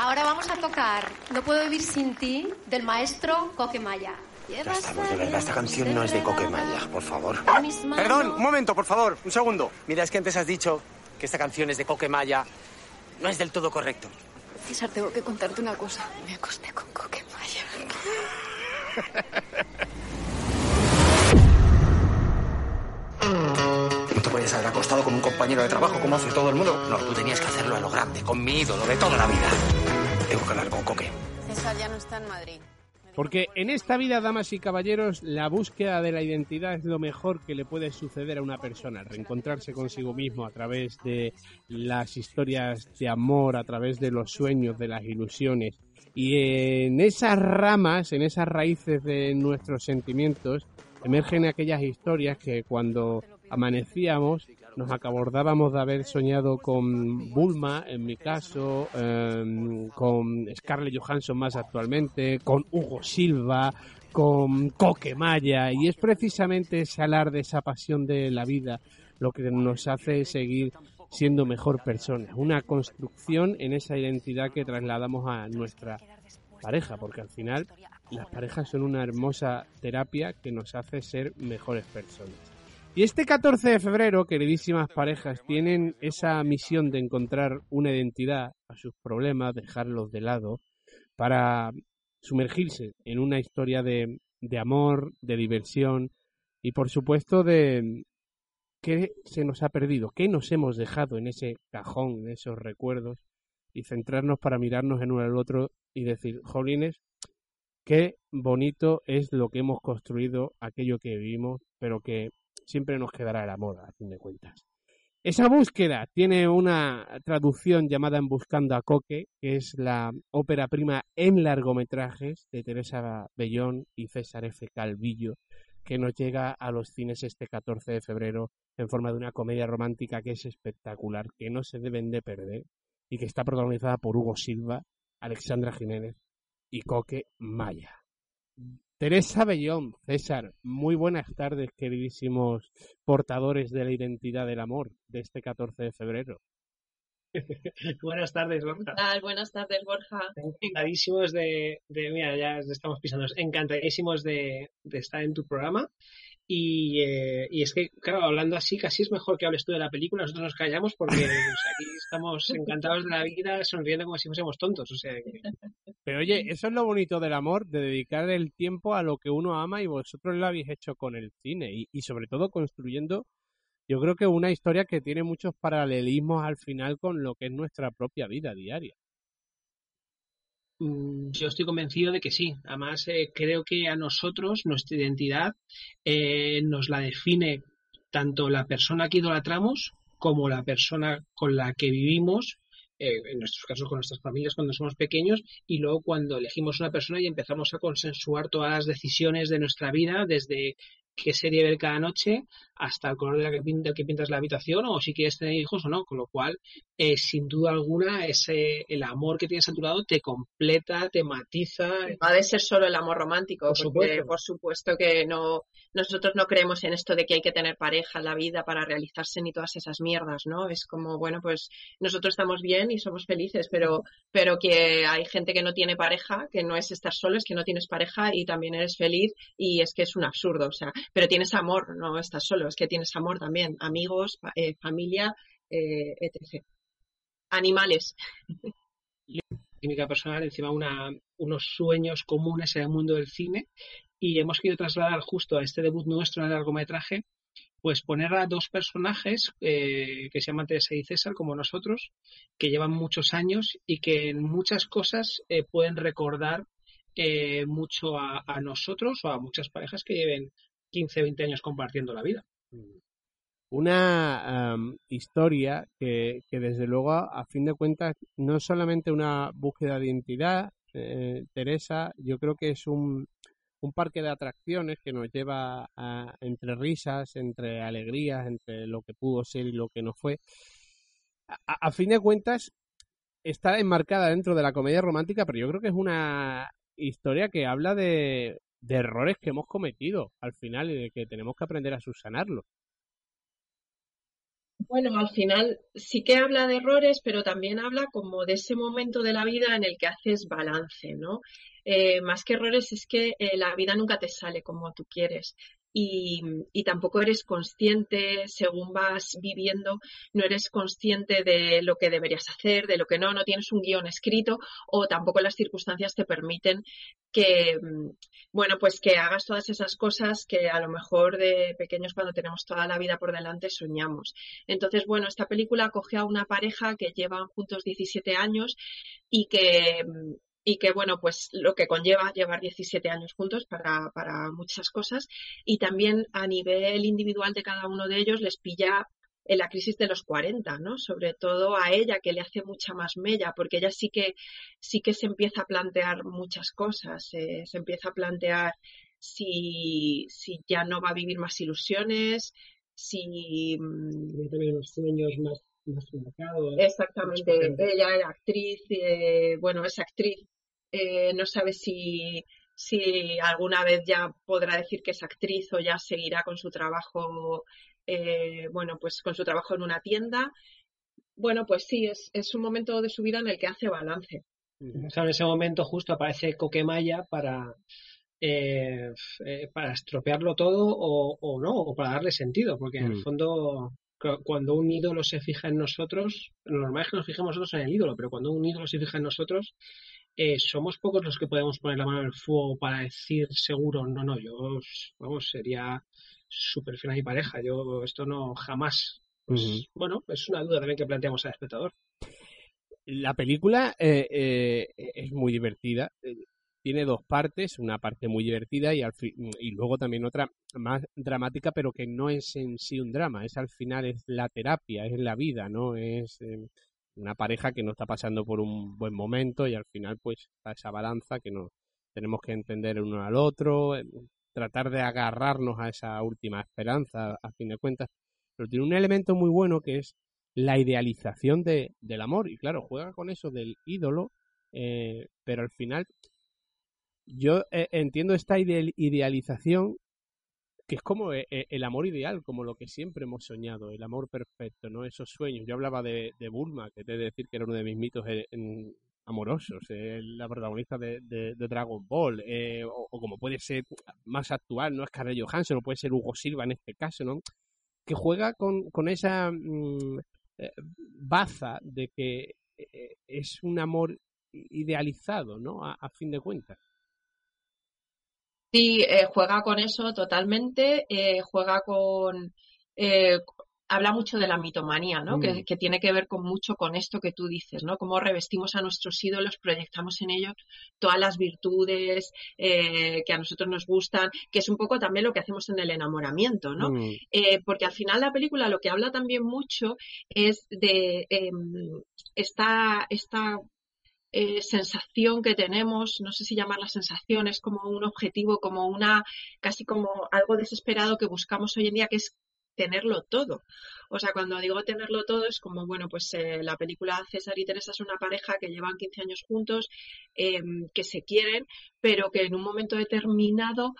Ahora vamos a tocar No puedo vivir sin ti, del maestro Coquemaya. Ya estamos, de verdad, esta canción no es de Coquemaya, por favor. Perdón, un momento, por favor, un segundo. Mira, es que antes has dicho que esta canción es de Coquemaya. No es del todo correcto. César, tengo que contarte una cosa. Me acosté con Coquemaya. ¿No te podías haber acostado con un compañero de trabajo como hace todo el mundo? No, tú tenías que hacerlo a lo grande, con mi ídolo de toda la vida. Tengo que hablar con Coque. César ya no está en Madrid. Porque en esta vida, damas y caballeros, la búsqueda de la identidad es lo mejor que le puede suceder a una persona. Reencontrarse consigo mismo a través de las historias de amor, a través de los sueños, de las ilusiones. Y en esas ramas, en esas raíces de nuestros sentimientos, emergen aquellas historias que cuando amanecíamos nos acordábamos de haber soñado con Bulma, en mi caso, con Scarlett Johansson más actualmente, con Hugo Silva, con Coquemaya, y es precisamente ese alarde, esa pasión de la vida lo que nos hace seguir siendo mejor personas, una construcción en esa identidad que trasladamos a nuestra pareja, porque al final las parejas son una hermosa terapia que nos hace ser mejores personas. Y este 14 de febrero, queridísimas parejas, tienen esa misión de encontrar una identidad a sus problemas, dejarlos de lado, para sumergirse en una historia de amor, de diversión y, por supuesto, de qué se nos ha perdido, qué nos hemos dejado en ese cajón, en esos recuerdos, y centrarnos para mirarnos en uno al otro y decir, jolines, qué bonito es lo que hemos construido, aquello que vivimos, pero que siempre nos quedará el amor, a fin de cuentas. Esa búsqueda tiene una traducción llamada En buscando a Coque, que es la ópera prima en largometrajes de Teresa Bellón y César F. Calvillo, que nos llega a los cines este 14 de febrero en forma de una comedia romántica que es espectacular, que no se deben de perder y que está protagonizada por Hugo Silva, Alexandra Jiménez y Coquemaya. Teresa Bellón, César, muy buenas tardes, queridísimos portadores de la identidad del amor de este 14 de febrero. Buenas tardes, Borja. Buenas tardes, Borja. Encantadísimos mira, ya estamos pisando, encantadísimos de estar en tu programa. Y es que, claro, hablando así, casi es mejor que hables tú de la película, nosotros nos callamos porque aquí estamos encantados de la vida, sonriendo como si fuésemos tontos, o sea que... Pero oye, eso es lo bonito del amor, de dedicar el tiempo a lo que uno ama, y vosotros lo habéis hecho con el cine y sobre todo construyendo, yo creo que una historia que tiene muchos paralelismos al final con lo que es nuestra propia vida diaria. Yo estoy convencido de que sí. Además, creo que a nosotros, nuestra identidad, nos la define tanto la persona que idolatramos como la persona con la que vivimos, en nuestros casos con nuestras familias cuando somos pequeños, y luego cuando elegimos una persona y empezamos a consensuar todas las decisiones de nuestra vida, desde qué serie ver cada noche hasta el color del que pintas la habitación, o si quieres tener hijos o no, con lo cual sin duda alguna el amor que tienes a tu lado te completa, te matiza. No ha de ser solo el amor romántico, porque por supuesto que no, nosotros no creemos en esto de que hay que tener pareja en la vida para realizarse ni todas esas mierdas, ¿no? Es como, bueno, pues nosotros estamos bien y somos felices, pero que hay gente que no tiene pareja, que no es estar solo, es que no tienes pareja y también eres feliz, y es que es un absurdo, o sea, pero tienes amor, no estás solo, es que tienes amor también, amigos, familia, etc. Animales. Química personal, encima unos sueños comunes en el mundo del cine, y hemos querido trasladar justo a este debut nuestro en el largometraje, pues poner a dos personajes que se llaman Teresa y César, como nosotros, que llevan muchos años y que en muchas cosas pueden recordar mucho a nosotros o a muchas parejas que lleven 15, 20 años compartiendo la vida. Una historia que desde luego, a fin de cuentas, no es solamente una búsqueda de identidad, Teresa, yo creo que es un parque de atracciones que nos lleva entre risas, entre alegrías, entre lo que pudo ser y lo que no fue. A fin de cuentas, está enmarcada dentro de la comedia romántica, pero yo creo que es una historia que habla de errores que hemos cometido al final y de que tenemos que aprender a subsanarlos. Bueno, al final sí que habla de errores, pero también habla como de ese momento de la vida en el que haces balance, ¿no? Más que errores es que la vida nunca te sale como tú quieres y, y tampoco eres consciente, según vas viviendo, no eres consciente de lo que deberías hacer, de lo que no tienes un guión escrito o tampoco las circunstancias te permiten que, bueno, pues que hagas todas esas cosas que a lo mejor de pequeños cuando tenemos toda la vida por delante soñamos. Entonces, bueno, esta película coge a una pareja que llevan juntos 17 años y que, y que, bueno, pues lo que conlleva llevar 17 años juntos para muchas cosas y también a nivel individual de cada uno de ellos les pilla en la crisis de los 40, ¿no? Sobre todo a ella, que le hace mucha más mella, porque ella sí que se empieza a plantear muchas cosas, se empieza a plantear si ya no va a vivir más ilusiones, si... También los sueños más marcados. Exactamente, ella era actriz, bueno, es actriz, no sabe si alguna vez ya podrá decir que es actriz o ya seguirá con su trabajo, bueno, pues con su trabajo en una tienda. Bueno, pues sí, es un momento de su vida en el que hace balance. Claro, en ese momento justo aparece Coquemaya para estropearlo todo o no, o para darle sentido, porque en el fondo cuando un ídolo se fija en nosotros, lo normal es que nos fijemos nosotros en el ídolo, pero cuando un ídolo se fija en nosotros, somos pocos los que podemos poner la mano en el fuego para decir seguro, no, yo, vamos, sería súper fiel a mi pareja, yo esto no jamás. Pues, bueno, es una duda también que planteamos al espectador. La película es muy divertida. Tiene dos partes, una parte muy divertida y luego también otra más dramática, pero que no es en sí un drama, es al final es la terapia, es la vida, ¿no? Es una pareja que no está pasando por un buen momento y al final pues está esa balanza que nos tenemos que entender el uno al otro, tratar de agarrarnos a esa última esperanza, a fin de cuentas. Pero tiene un elemento muy bueno que es la idealización del amor y claro, juega con eso del ídolo, pero al final yo entiendo esta idealización que es como el amor ideal, como lo que siempre hemos soñado, el amor perfecto, ¿no? Esos sueños. Yo hablaba de Bulma, que te he de decir que era uno de mis mitos amorosos, la protagonista de Dragon Ball, o como puede ser más actual, ¿no? Scarlett Johansson, o puede ser Hugo Silva en este caso, ¿no? Que juega con esa baza de que es un amor idealizado, ¿no? A fin de cuentas. Sí, juega con eso totalmente, juega con... habla mucho de la mitomanía, ¿no? Que tiene que ver mucho con esto que tú dices, ¿no? Cómo revestimos a nuestros ídolos, proyectamos en ellos todas las virtudes que a nosotros nos gustan, que es un poco también lo que hacemos en el enamoramiento, ¿no? Porque al final la película lo que habla también mucho es de esta sensación que tenemos, no sé si llamarla sensación, es como un objetivo, como casi como algo desesperado que buscamos hoy en día, que es tenerlo todo. O sea, cuando digo tenerlo todo es como, bueno, pues la película César y Teresa es una pareja que llevan 15 años juntos, que se quieren, pero que en un momento determinado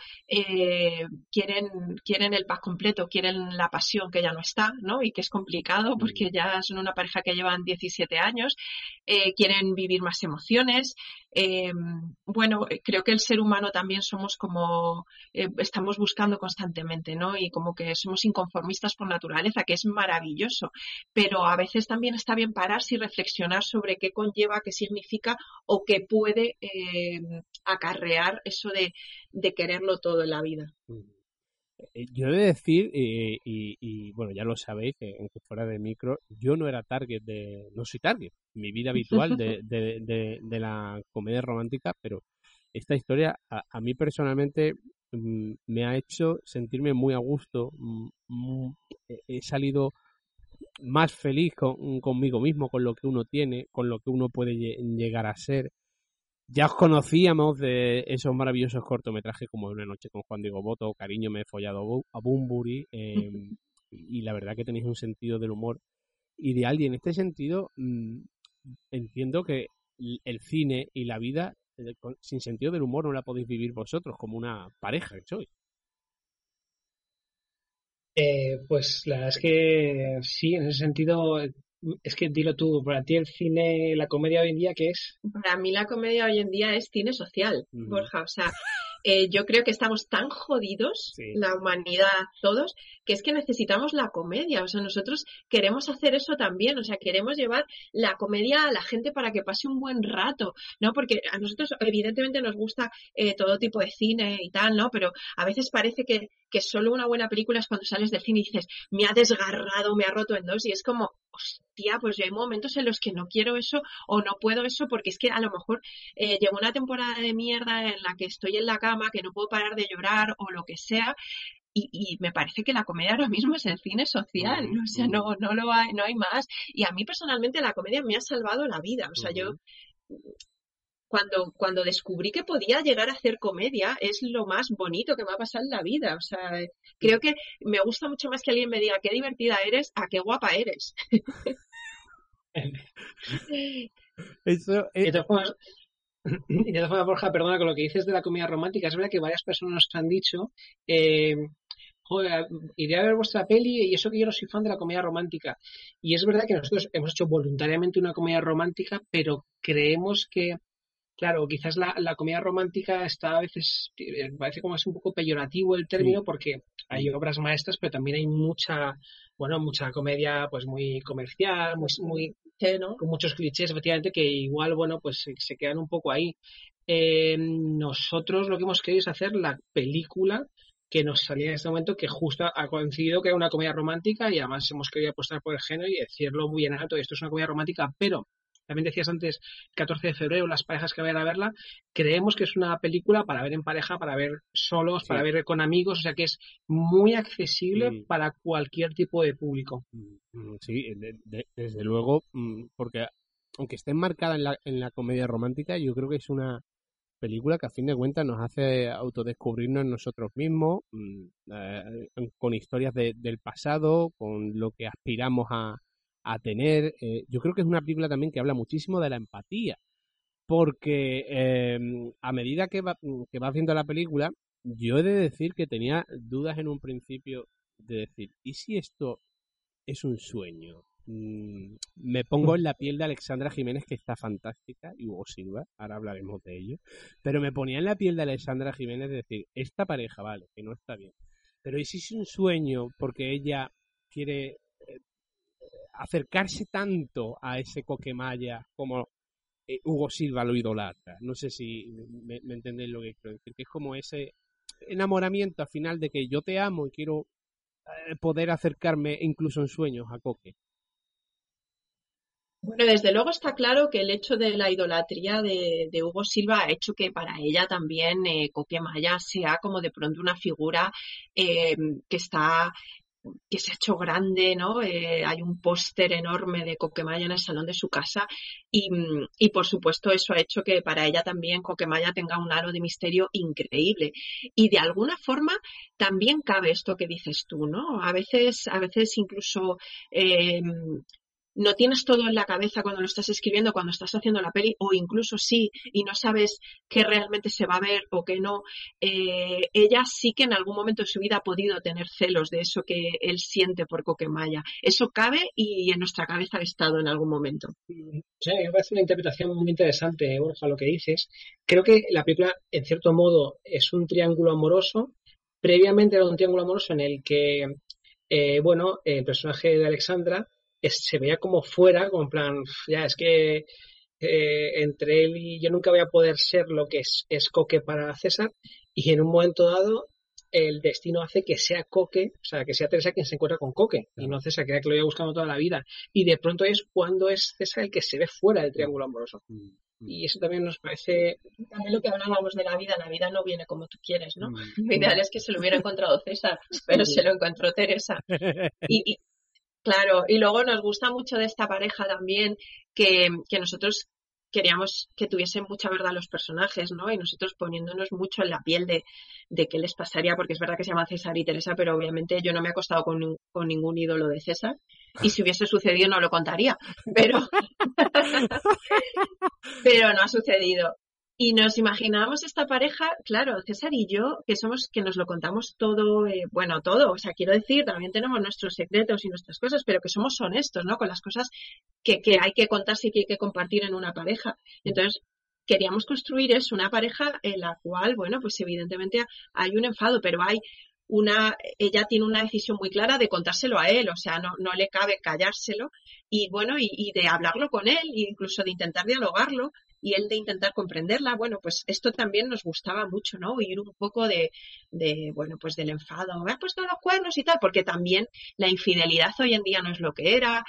quieren el pack completo, quieren la pasión que ya no está, ¿no? Y que es complicado porque ya son una pareja que llevan 17 años, quieren vivir más emociones. Bueno, creo que el ser humano también somos como, estamos buscando constantemente, ¿no? Y como que somos inconformistas por naturaleza, que es maravilloso, pero a veces también está bien pararse y reflexionar sobre qué conlleva, qué significa o qué puede acarrear eso de quererlo todo en la vida. Yo he de decir, y bueno, ya lo sabéis, que aunque fuera de micro, yo no soy target, mi vida habitual de la comedia romántica, pero esta historia a mí personalmente me ha hecho sentirme muy a gusto, he salido más feliz conmigo mismo, con lo que uno tiene, con lo que uno puede llegar a ser. Ya os conocíamos de esos maravillosos cortometrajes como Una noche con Juan Diego Boto, Cariño, me he follado a Bunbury, y la verdad que tenéis un sentido del humor ideal y en este sentido entiendo que el cine y la vida sin sentido del humor no la podéis vivir vosotros como una pareja que sois. Pues la verdad es que sí, en ese sentido, es que dilo tú, para ti el cine, la comedia hoy en día, ¿qué es? Para mí la comedia hoy en día es cine social, Borja. O sea, yo creo que estamos tan jodidos, Sí. la humanidad, todos, que es que necesitamos la comedia. O sea, nosotros queremos hacer eso también. O sea, queremos llevar la comedia a la gente para que pase un buen rato, ¿no? Porque a nosotros, evidentemente, nos gusta todo tipo de cine y tal, ¿no? Pero a veces parece que solo una buena película es cuando sales del cine y dices, me ha desgarrado, me ha roto en dos, y es como, hostia, pues yo hay momentos en los que no quiero eso o no puedo eso, porque es que a lo mejor llevo una temporada de mierda en la que estoy en la cama, que no puedo parar de llorar o lo que sea, y me parece que la comedia ahora mismo es el cine social, o sea, no hay más. Y a mí personalmente la comedia me ha salvado la vida. O sea, yo cuando descubrí que podía llegar a hacer comedia, es lo más bonito que me ha pasado en la vida. O sea, creo que me gusta mucho más que alguien me diga qué divertida eres a qué guapa eres. Eso De todas formas, Borja, perdona, con lo que dices de la comedia romántica, es verdad que varias personas nos han dicho, joder, iré a ver vuestra peli y eso que yo no soy fan de la comedia romántica. Y es verdad que nosotros hemos hecho voluntariamente una comedia romántica, pero creemos que, claro, quizás la comedia romántica está a veces, parece como es un poco peyorativo el término, porque hay obras maestras, pero también hay mucha comedia pues muy comercial, muy ¿no? con muchos clichés, efectivamente, que igual, bueno, pues se quedan un poco ahí. Nosotros lo que hemos querido es hacer la película que nos salía en este momento, que justo ha coincidido que era una comedia romántica, y además hemos querido apostar por el género y decirlo muy en alto, esto es una comedia romántica, pero también decías antes, 14 de febrero, las parejas que vayan a verla, creemos que es una película para ver en pareja, para ver solos, para ver con amigos, o sea que es muy accesible para cualquier tipo de público. Sí, desde luego, porque aunque esté enmarcada en la comedia romántica, yo creo que es una película que a fin de cuentas nos hace autodescubrirnos nosotros mismos, con historias del pasado, con lo que aspiramos a tener. Yo creo que es una película también que habla muchísimo de la empatía, porque a medida que vas viendo la película, yo he de decir que tenía dudas en un principio de decir, ¿y si esto es un sueño? Me pongo en la piel de Alexandra Jiménez, que está fantástica, y Hugo Silva, ahora hablaremos de ello, pero me ponía en la piel de Alexandra Jiménez de decir, esta pareja, vale, que no está bien, pero ¿y si es un sueño porque ella quiere acercarse tanto a ese Coquemaya como Hugo Silva lo idolatra? No sé si me entendéis lo que quiero decir, que es como ese enamoramiento al final de que yo te amo y quiero poder acercarme incluso en sueños a Coque. Bueno, desde luego está claro que el hecho de la idolatría de Hugo Silva ha hecho que para ella también Coquemaya sea como de pronto una figura que se ha hecho grande, ¿no? Hay un póster enorme de Coquemaya en el salón de su casa y por supuesto eso ha hecho que para ella también Coquemaya tenga un halo de misterio increíble. Y de alguna forma también cabe esto que dices tú, ¿no? A veces incluso no tienes todo en la cabeza cuando lo estás escribiendo, cuando estás haciendo la peli, o incluso sí, y no sabes qué realmente se va a ver o qué no. Ella sí que en algún momento de su vida ha podido tener celos de eso que él siente por Coquemaya. Eso cabe y en nuestra cabeza ha estado en algún momento. Sí, me parece una interpretación muy interesante, Borja, lo que dices. Creo que la película, en cierto modo, es un triángulo amoroso. Previamente era un triángulo amoroso en el que, el personaje de Alexandra se veía como fuera, como en plan, ya es que entre él y yo nunca voy a poder ser lo que es Coque para César, y en un momento dado el destino hace que sea Coque, o sea, que sea Teresa quien se encuentra con Coque, y no César, que era que lo iba buscando toda la vida, y de pronto es cuando es César el que se ve fuera del triángulo amoroso. Y eso también nos parece... También lo que hablábamos de la vida no viene como tú quieres, ¿no? Lo ideal es que se lo hubiera encontrado César, pero se lo encontró Teresa. Y claro, y luego nos gusta mucho de esta pareja también que nosotros queríamos que tuviesen mucha verdad los personajes, ¿no? Y nosotros poniéndonos mucho en la piel de qué les pasaría, porque es verdad que se llaman César y Teresa, pero obviamente yo no me he acostado con ningún ídolo de César, y si hubiese sucedido no lo contaría, pero no ha sucedido. Y nos imaginábamos esta pareja, claro, César y yo, que nos lo contamos todo, bueno, todo, o sea, quiero decir, también tenemos nuestros secretos y nuestras cosas, pero que somos honestos, ¿no? Con las cosas que hay que contarse y que hay que compartir en una pareja. Entonces, queríamos construir eso, una pareja en la cual, bueno, pues evidentemente hay un enfado, pero ella tiene una decisión muy clara de contárselo a él, o sea, no le cabe callárselo y bueno, y de hablarlo con él, e incluso de intentar dialogarlo y él de intentar comprenderla. Bueno, pues esto también nos gustaba mucho, ¿no? Oír un poco bueno, pues del enfado, me has puesto los cuernos y tal, porque también la infidelidad hoy en día no es lo que era.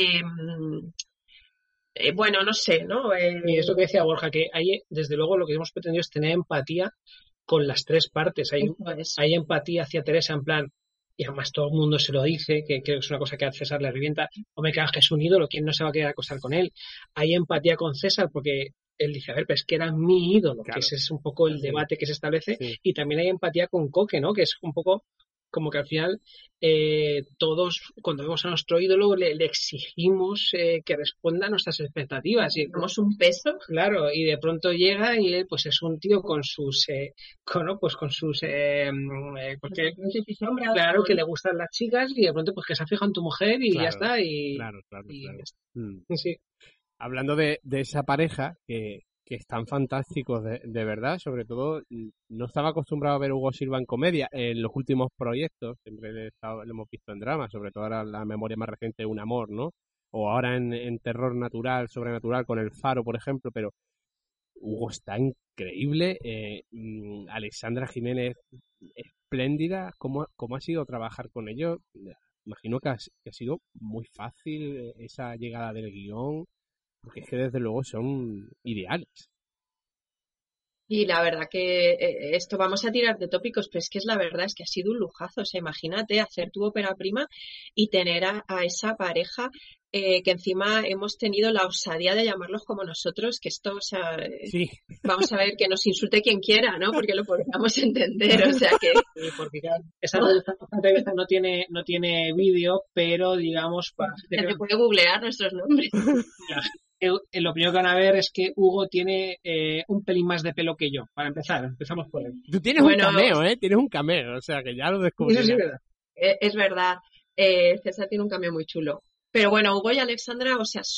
Bueno, no sé, ¿no? Y eso que decía Borja, que hay, desde luego lo que hemos pretendido es tener empatía con las tres partes. Hay empatía hacia Teresa en plan, y además todo el mundo se lo dice, que creo que es una cosa que a César le revienta, hombre, que es un ídolo, ¿quién no se va a querer acostar con él? Hay empatía con César porque él dice, a ver, pero es que era mi ídolo, claro, que ese es un poco el debate que se establece, sí. Y también hay empatía con Coque, ¿no? Que es un poco como que al final todos, cuando vemos a nuestro ídolo, le exigimos que responda a nuestras expectativas. Y damos un peso. Claro, y de pronto llega y él pues es un tío con sus claro, que le gustan las chicas y de pronto pues que se ha fijado en tu mujer y claro, ya está. Claro. Sí. Hablando de esa pareja que están fantásticos de verdad, sobre todo no estaba acostumbrado a ver a Hugo Silva en comedia en los últimos proyectos, siempre lo hemos visto en drama, sobre todo ahora la memoria más reciente de Un amor, ¿no? O ahora en terror natural, sobrenatural con El Faro, por ejemplo, pero Hugo está increíble, Alexandra Jiménez espléndida. ¿Cómo ha sido trabajar con ellos? Imagino que ha sido muy fácil esa llegada del guión, porque es que desde luego son ideales. Y la verdad que esto vamos a tirar de tópicos, pero es que la verdad es que ha sido un lujazo. O sea, imagínate hacer tu ópera prima y tener a esa pareja que encima hemos tenido la osadía de llamarlos como nosotros, que esto, o sea, sí. Vamos a ver, que nos insulte quien quiera, ¿no? Porque lo podríamos entender, o sea que... Sí, porque claro, esa entrevista no tiene vídeo, pero digamos... Se puede googlear nuestros nombres. Lo primero que van a ver es que Hugo tiene un pelín más de pelo que yo. Para empezar, empezamos por él. Tú tienes un cameo, Tienes un cameo, o sea que ya lo descubrí. Eso sí es verdad. Es verdad. César tiene un cameo muy chulo. Pero bueno, Hugo y Alexandra, o sea,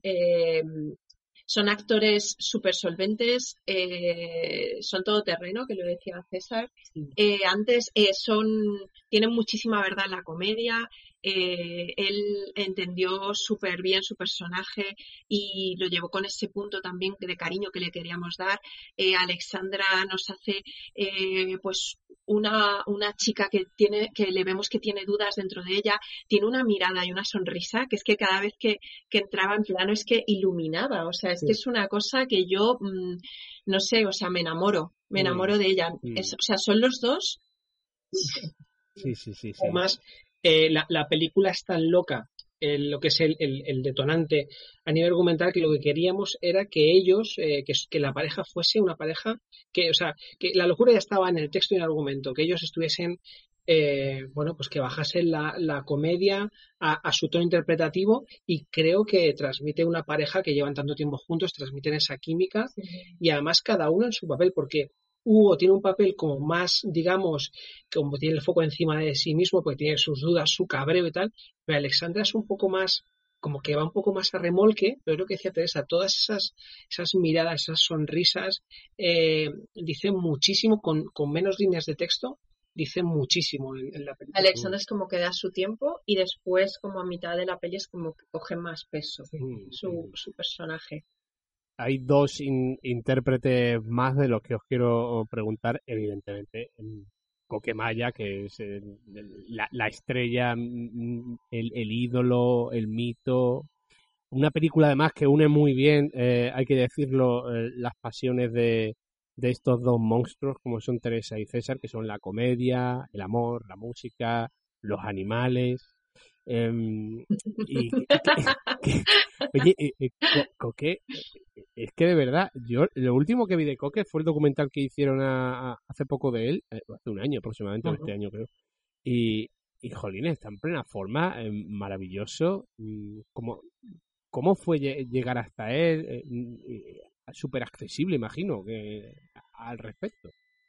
son actores súper solventes, son todoterreno, que lo decía César. Antes tienen muchísima verdad en la comedia. Él entendió súper bien su personaje y lo llevó con ese punto también de cariño que le queríamos dar. Alexandra nos hace pues una chica que le vemos que tiene dudas dentro de ella, tiene una mirada y una sonrisa que es que cada vez que entraba en plano es que iluminaba, o sea, es que es una cosa que yo no sé, o sea, me enamoro de ella. O sea, son los dos. Sí. Además, la película es tan loca, lo que es el detonante a nivel argumental, que lo que queríamos era que ellos, que la pareja fuese una pareja que, o sea, que la locura ya estaba en el texto y en el argumento, que ellos estuviesen, bueno, pues que bajasen la comedia a su tono interpretativo, y creo que transmite una pareja que llevan tanto tiempo juntos, transmiten esa química, y además cada uno en su papel, porque Hugo tiene un papel como más, digamos, como tiene el foco encima de sí mismo, porque tiene sus dudas, su cabreo y tal, pero Alexandra es un poco más, como que va un poco más a remolque, pero es lo que decía Teresa, todas esas miradas, esas sonrisas, dicen muchísimo, con menos líneas de texto, dicen muchísimo en la película. Alexandra es como que da su tiempo y después, como a mitad de la peli, es como que coge más peso su personaje. Hay dos intérpretes más de los que os quiero preguntar, evidentemente. Coquemaya, que es la estrella, el ídolo, el mito. Una película además que une muy bien, hay que decirlo, las pasiones de estos dos monstruos como son Teresa y César, que son la comedia, el amor, la música, los animales. Oye, Coque, es que de verdad, yo lo último que vi de Coque fue el documental que hicieron hace poco de él, hace un año aproximadamente, este año creo, y jolín, está en plena forma, maravilloso. ¿Cómo fue llegar hasta él? súper accesible, imagino, que al respecto.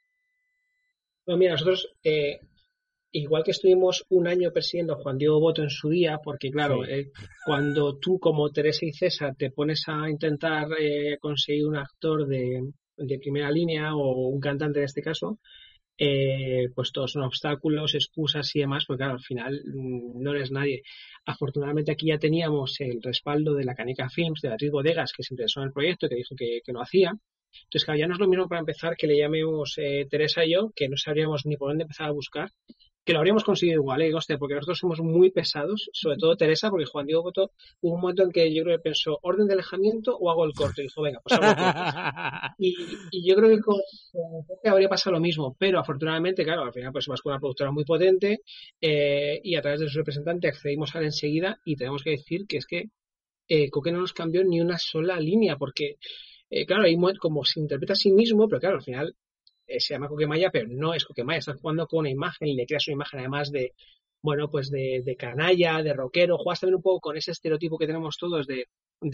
Bueno, mira, nosotros, igual que estuvimos un año persiguiendo a Juan Diego Boto en su día, porque claro, cuando tú como Teresa y César te pones a intentar conseguir un actor de primera línea o un cantante en este caso, pues todos son obstáculos, excusas y demás, porque claro, al final no eres nadie. Afortunadamente aquí ya teníamos el respaldo de la Canica Films, de Beatriz Bodegas, que se interesó en el proyecto y que dijo que lo hacía. Entonces, claro, ya no es lo mismo para empezar que le llamemos Teresa y yo, que no sabríamos ni por dónde empezar a buscar, que lo habríamos conseguido igual, hostia, porque nosotros somos muy pesados, sobre todo Teresa, porque Juan Diego Boto hubo un momento en que yo creo que pensó, ¿orden de alejamiento o hago el corto? Y dijo, venga, pues hago el corto. y yo creo que con Coque habría pasado lo mismo, pero afortunadamente, claro, al final pues vas con una productora muy potente y a través de su representante accedimos a él enseguida y tenemos que decir que es que Coque no nos cambió ni una sola línea, porque claro, ahí como se interpreta a sí mismo, pero claro, al final se llama Coquemaya, pero no es Coquemaya, está jugando con una imagen y le creas una imagen además de, bueno, pues de canalla, de rockero, juegas también un poco con ese estereotipo que tenemos todos de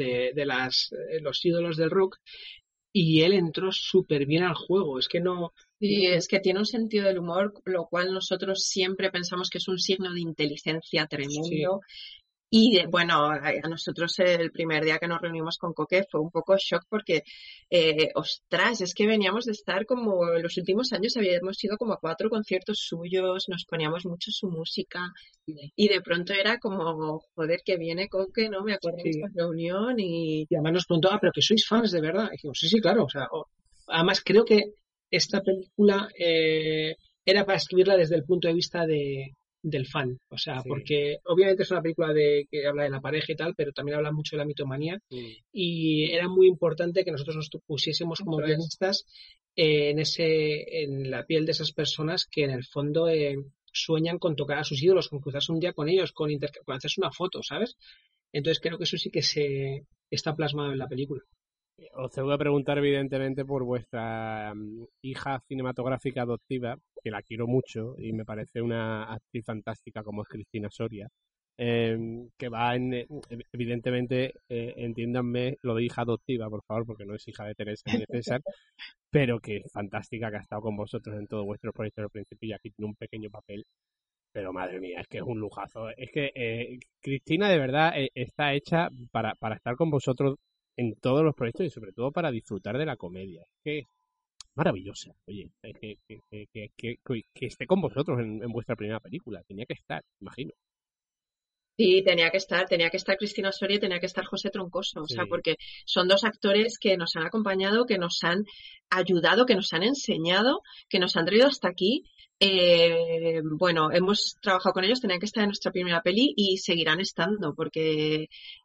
los ídolos del rock, y él entró súper bien al juego, es que no... Sí, es que tiene un sentido del humor, lo cual nosotros siempre pensamos que es un signo de inteligencia tremendo. Sí. Y bueno, a nosotros el primer día que nos reunimos con Coque fue un poco shock porque, ostras, es que veníamos de estar como en los últimos años, habíamos ido como a 4 conciertos suyos, nos poníamos mucho su música y de pronto era como, joder, que viene Coque, ¿no? Me acuerdo de esta reunión y además nos preguntó, pero que sois fans de verdad. Y dijimos, sí, claro, o sea, además creo que esta película era para escribirla desde el punto de vista del fan, o sea, porque obviamente es una película que habla de la pareja y tal, pero también habla mucho de la mitomanía y era muy importante que nosotros nos pusiésemos como guionistas en la piel de esas personas que en el fondo sueñan con tocar a sus ídolos, con cruzarse un día con ellos, con hacerse una foto, ¿sabes? Entonces creo que eso sí que se está plasmado en la película. Os tengo que preguntar evidentemente por vuestra hija cinematográfica adoptiva, que la quiero mucho y me parece una actriz fantástica como es Cristina Soria, que va evidentemente, entiéndanme lo de hija adoptiva, por favor, porque no es hija de Teresa ni de César, pero que es fantástica, que ha estado con vosotros en todos vuestros proyectos al principio y aquí tiene un pequeño papel. Pero madre mía, es que es un lujazo. Es que Cristina de verdad está hecha para estar con vosotros en todos los proyectos y sobre todo para disfrutar de la comedia. Es que es maravillosa. Oye, que esté con vosotros en vuestra primera película. Tenía que estar, imagino. Sí, tenía que estar Cristina Soria y tenía que estar José Troncoso, o sea, porque son 2 actores que nos han acompañado, que nos han ayudado, que nos han enseñado, que nos han traído hasta aquí. Bueno, hemos trabajado con ellos, tenían que estar en nuestra primera peli y seguirán estando porque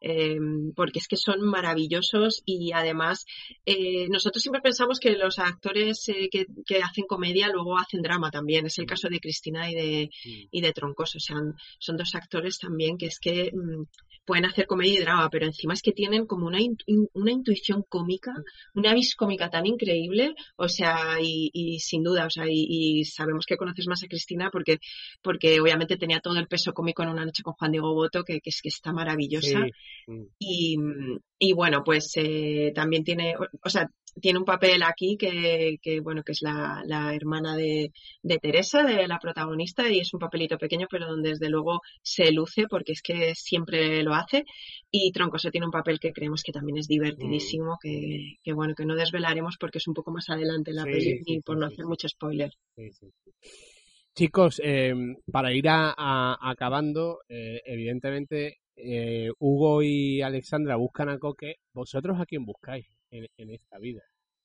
es que son maravillosos y además nosotros siempre pensamos que los actores que hacen comedia luego hacen drama también. Es el caso de Cristina y de Troncoso, o sea, son 2 actores también que es que pueden hacer comedia y drama, pero encima es que tienen como una intuición cómica, una vis cómica tan increíble, o sea, y sin duda, o sea, y sabemos que conoces más a Cristina porque obviamente tenía todo el peso cómico en Una noche con Juan Diego Boto, que es que está maravillosa. Sí. Y bueno, pues también tiene, o sea, tiene un papel aquí que bueno, que es la hermana de Teresa, de la protagonista, y es un papelito pequeño, pero donde desde luego se luce porque es que siempre lo hace. Y Troncoso tiene un papel que creemos que también es divertidísimo, que bueno, que no desvelaremos porque es un poco más adelante en la peli y por no hacer mucho spoiler. Chicos, para ir acabando, evidentemente Hugo y Alexandra buscan a Coque. ¿Vosotros a quién buscáis en esta vida?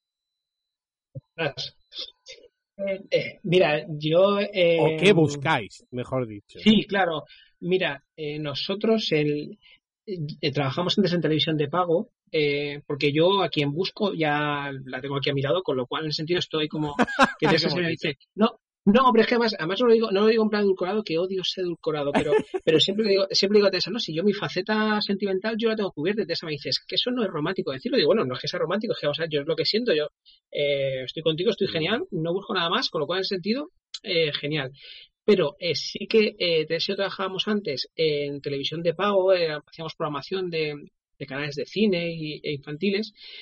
Mira, yo... ¿O qué buscáis, mejor dicho? Sí, claro. Mira, nosotros trabajamos antes en televisión de pago, porque yo a quien busco ya la tengo aquí a mi lado, con lo cual en ese sentido estoy como... que me dice, no, pero es que además no lo digo en plan edulcorado, que odio ser edulcorado, pero siempre digo a Teresa, no, si yo mi faceta sentimental yo la tengo cubierta. Y Teresa me dice, es que eso no es romántico decirlo. Digo, bueno, no es que sea romántico, es que, o sea, yo es lo que siento, yo estoy contigo, estoy genial, no busco nada más, con lo cual en ese sentido, genial. Pero sí que Teresa y yo trabajábamos antes en televisión de pago, hacíamos programación de canales de cine e infantiles.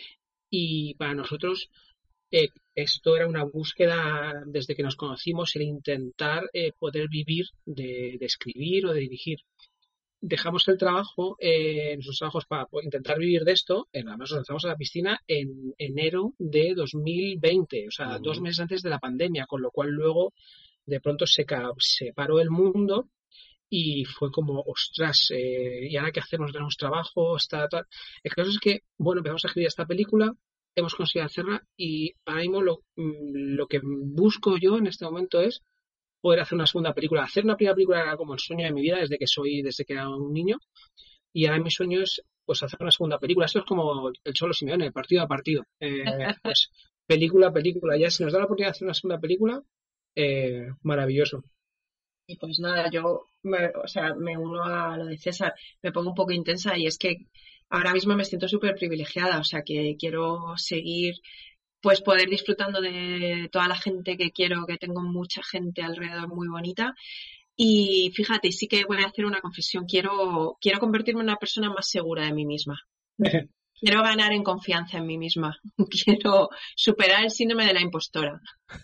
y para nosotros esto era una búsqueda desde que nos conocimos, el intentar poder vivir de escribir o de dirigir. Dejamos el trabajo, nuestros trabajos para intentar vivir de esto, además nos lanzamos a la piscina en enero de 2020, o sea, 2 meses antes de la pandemia, con lo cual luego de pronto se paró el mundo y fue como, ostras, ¿y ahora qué hacemos? ¿Tenemos trabajo? El caso es que, bueno, empezamos a escribir esta película, hemos conseguido hacerla y ahora mismo lo que busco yo en este momento es poder hacer una segunda película. Hacer una primera película era como el sueño de mi vida desde que era un niño, y ahora mi sueño es pues hacer una segunda película. Esto es como el Cholo Simeone, partido a partido. Pues, película. Ya si nos da la oportunidad de hacer una segunda película, maravilloso. Y pues nada, yo me uno a lo de César, me pongo un poco intensa y es que ahora mismo me siento súper privilegiada, o sea que quiero seguir pues poder disfrutando de toda la gente que quiero, que tengo mucha gente alrededor muy bonita. Y fíjate, sí que voy a hacer una confesión, quiero convertirme en una persona más segura de mí misma. Quiero ganar en confianza en mí misma. Quiero superar el síndrome de la impostora.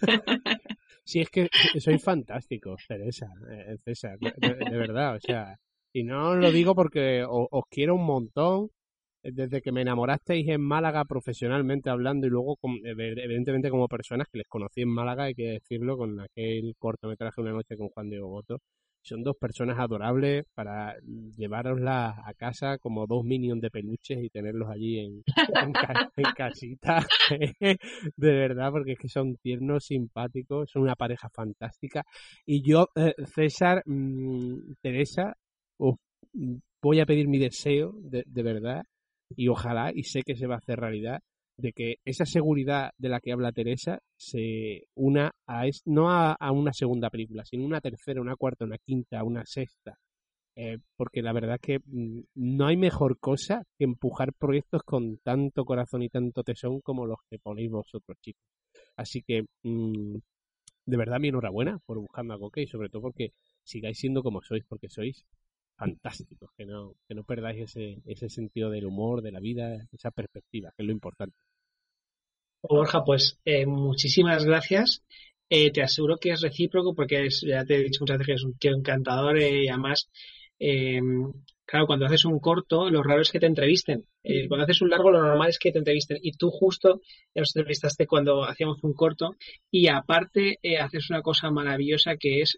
Sí, es que sois fantásticos, Teresa, César, de verdad, o sea, y no lo digo porque os quiero un montón. Desde que me enamorasteis en Málaga profesionalmente hablando y luego evidentemente como personas que les conocí en Málaga, hay que decirlo, con aquel cortometraje Una noche con Juan Diego Boto. Son 2 personas adorables para llevároslas a casa como 2 minions de peluches y tenerlos allí en casita. De verdad, porque es que son tiernos, simpáticos, son una pareja fantástica. Y yo, César, Teresa, voy a pedir mi deseo, de verdad, y ojalá, y sé que se va a hacer realidad, de que esa seguridad de la que habla Teresa se una no a una segunda película, sino una tercera, una cuarta, una quinta, una sexta. Porque la verdad es que no hay mejor cosa que empujar proyectos con tanto corazón y tanto tesón como los que ponéis vosotros, chicos. Así que, de verdad, mi enhorabuena por Buscando a Coque, y sobre todo porque sigáis siendo como sois, porque sois fantásticos, que no perdáis ese sentido del humor, de la vida, esa perspectiva, que es lo importante. Borja, pues muchísimas gracias. Te aseguro que es recíproco, porque ya te he dicho muchas veces que es un tío encantador, y además, claro, cuando haces un corto, lo raro es que te entrevisten. Cuando haces un largo, lo normal es que te entrevisten, y tú justo nos entrevistaste cuando hacíamos un corto, y aparte haces una cosa maravillosa que es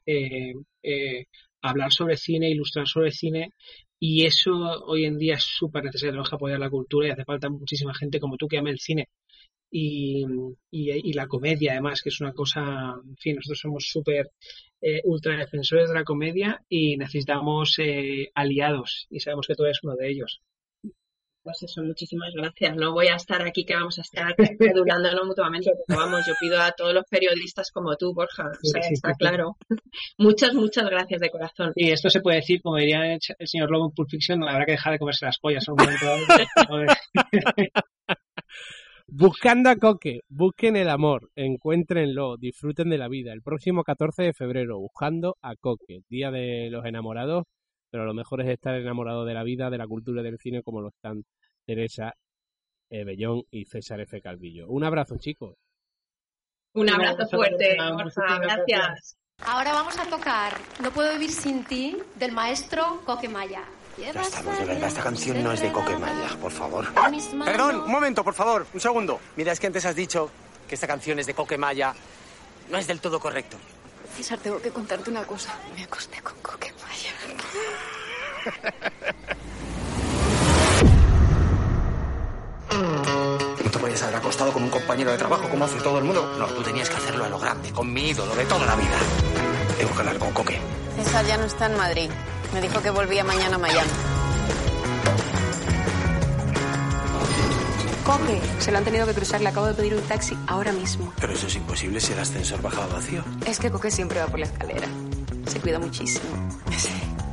hablar sobre cine, ilustrar sobre cine, y eso hoy en día es súper necesario. Tenemos que apoyar la cultura y hace falta muchísima gente como tú que ame el cine y la comedia, además, que es una cosa, en fin, nosotros somos súper ultra defensores de la comedia y necesitamos aliados, y sabemos que tú eres uno de ellos. Pues eso, muchísimas gracias. No voy a estar aquí, que vamos a estar adulándonos mutuamente, pero vamos, yo pido a todos los periodistas como tú, Borja, o sea, está claro. Muchas gracias de corazón. Y esto se puede decir, como diría el señor Lobo en Pulp Fiction, habrá que dejar de comerse las pollas. Buscando a Coque, busquen el amor, encuéntrenlo, disfruten de la vida. El próximo 14 de febrero, Buscando a Coque, Día de los Enamorados, pero lo mejor es estar enamorado de la vida, de la cultura y del cine, como lo están Teresa Bellón y César F. Calvillo. Un abrazo, chicos. Un abrazo fuerte, Borja, gracias. Ahora vamos a tocar No puedo vivir sin ti, del maestro Coquemaya. Ya estamos, de verdad, esta canción no es de Coquemaya, por favor. Perdón, un momento, por favor, un segundo. Mira, es que antes has dicho que esta canción es de Coquemaya. No es del todo correcto. César, tengo que contarte una cosa. Me acosté con Coquemaya. No te podías haber acostado con un compañero de trabajo como hace todo el mundo. No, tú tenías que hacerlo a lo grande, con mi ídolo de toda la vida. Tengo que hablar con Coque. César ya no está en Madrid. Me dijo que volvía mañana a Miami. Coque, se lo han tenido que cruzar. Le acabo de pedir un taxi ahora mismo. Pero eso es imposible si el ascensor bajaba vacío. Es que Coque siempre va por la escalera. Se cuida muchísimo. Sí.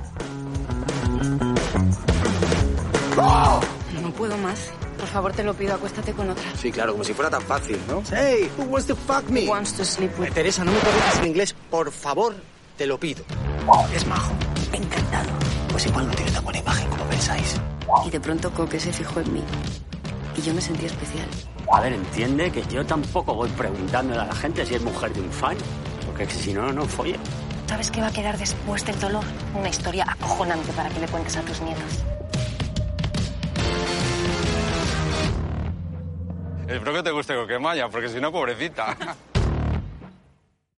No puedo más. Por favor, te lo pido, acuéstate con otra. Sí, claro, como si fuera tan fácil, ¿no? Hey, who wants to fuck me? Who wants to sleep with... Teresa, no me corrijas en inglés, por favor, te lo pido. Es majo. Encantado. Pues igual no tiene tan buena imagen como pensáis. Y de pronto Coque se fijó en mí. Y yo me sentí especial. A ver, entiende que yo tampoco voy preguntándole a la gente si es mujer de un fan, porque si no, no folla. ¿Sabes qué va a quedar después del dolor? Una historia acojonante para que le cuentes a tus nietos. Espero que te guste Coquemaya, porque si no, pobrecita.